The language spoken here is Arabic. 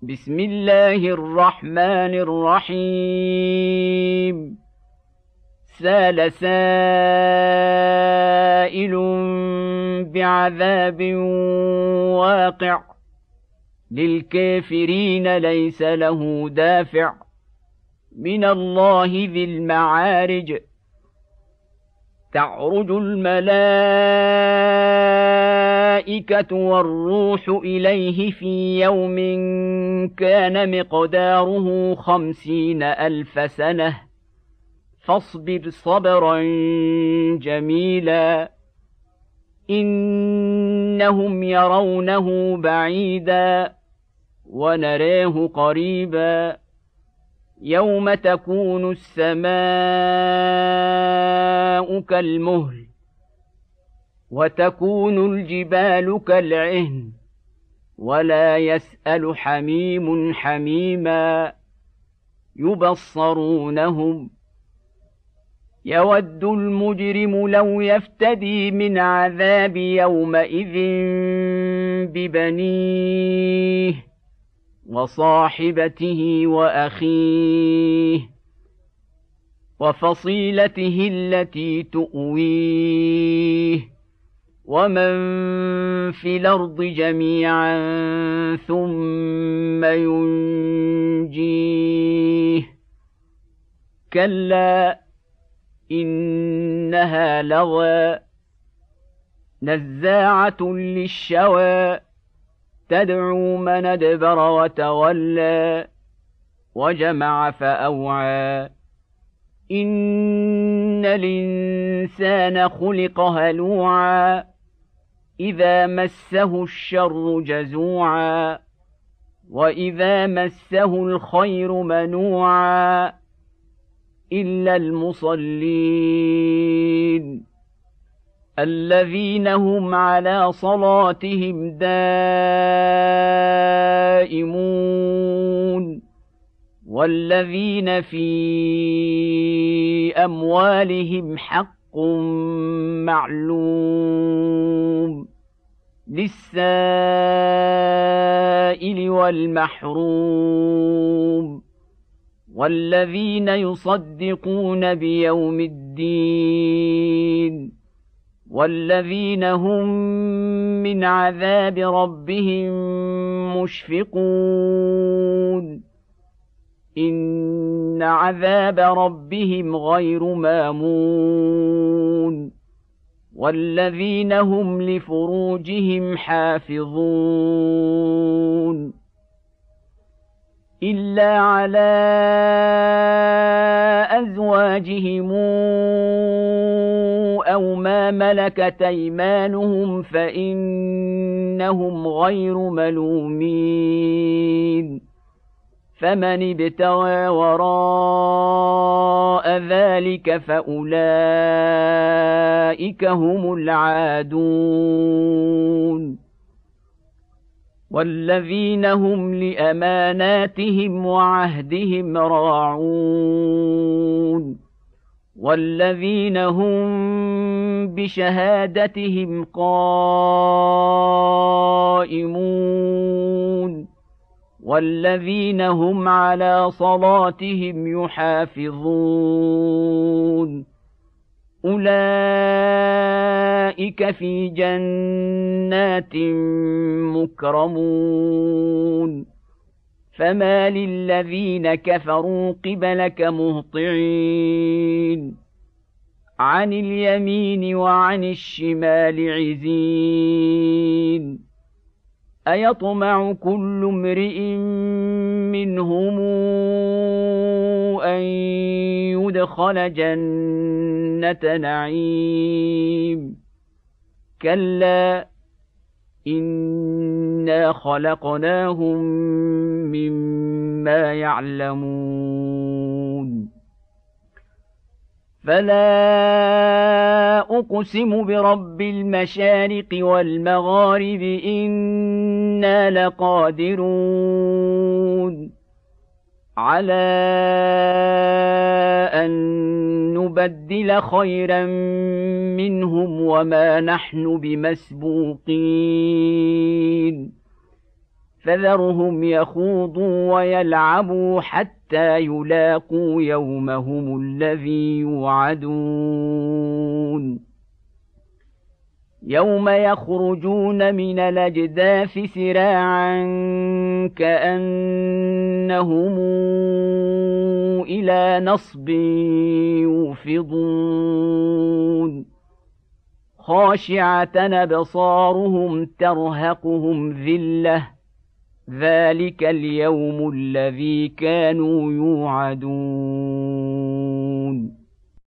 بسم الله الرحمن الرحيم. سأل سائل بعذاب واقع للكافرين ليس له دافع من الله ذي المعارج. تعرج الملائكة والروح إليه في يوم كان مقداره 50,000 سنة فاصبر صبرا جميلا إنهم يرونه بعيدا ونراه قريبا يوم تكون السماء كالمهل وتكون الجبال كالعهن ولا يسأل حميم حميما يبصرونهم يود المجرم لو يفتدي من عذاب يومئذ ببنيه وصاحبته وأخيه وفصيلته التي تؤويه ومن في الأرض جميعا ثم ينجيه كلا إنها لظى نزاعة للشوى تدعو من أدبر وتولى وجمع فأوعى إن الإنسان خلق هلوعا إذا مسه الشر جزوعا وإذا مسه الخير منوعا إلا المصلين الذين هم على صلاتهم دائمون والذين في أموالهم حق معلوم للسائل والمحروم والذين يصدقون بيوم الدين والذين هم من عذاب ربهم مشفقون إن عذاب ربهم غير مامون والذين هم لفروجهم حافظون إلا على أزواجهم أو ما ملكت أيمانهم فإنهم غير ملومين فمن ابتغى وراء ذلك فأولئك هم العادون والذين هم لأماناتهم وعهدهم راعون والذين هم بشهادتهم قائمون والذين هم على صلاتهم يحافظون أولئك في جنات مكرمون فما للذين كفروا قبلك مهطعين عن اليمين وعن الشمال عزين أيطمع كل امرئ منهم أن يدخل جنة نعيم كلا إنا خلقناهم مما يعلمون فلا أقسم برب المشارق والمغارب إنا لقادرون على أن نبدل خيرا منهم وما نحن بمسبوقين فذرهم يخوضوا ويلعبوا حتى يلاقوا يومهم الذي يوعدون يوم يخرجون من الأجداث سراعا كأنهم إلى نصب يوفضون خاشعة أبصارهم ترهقهم ذلة ذلك اليوم الذي كانوا يوعدون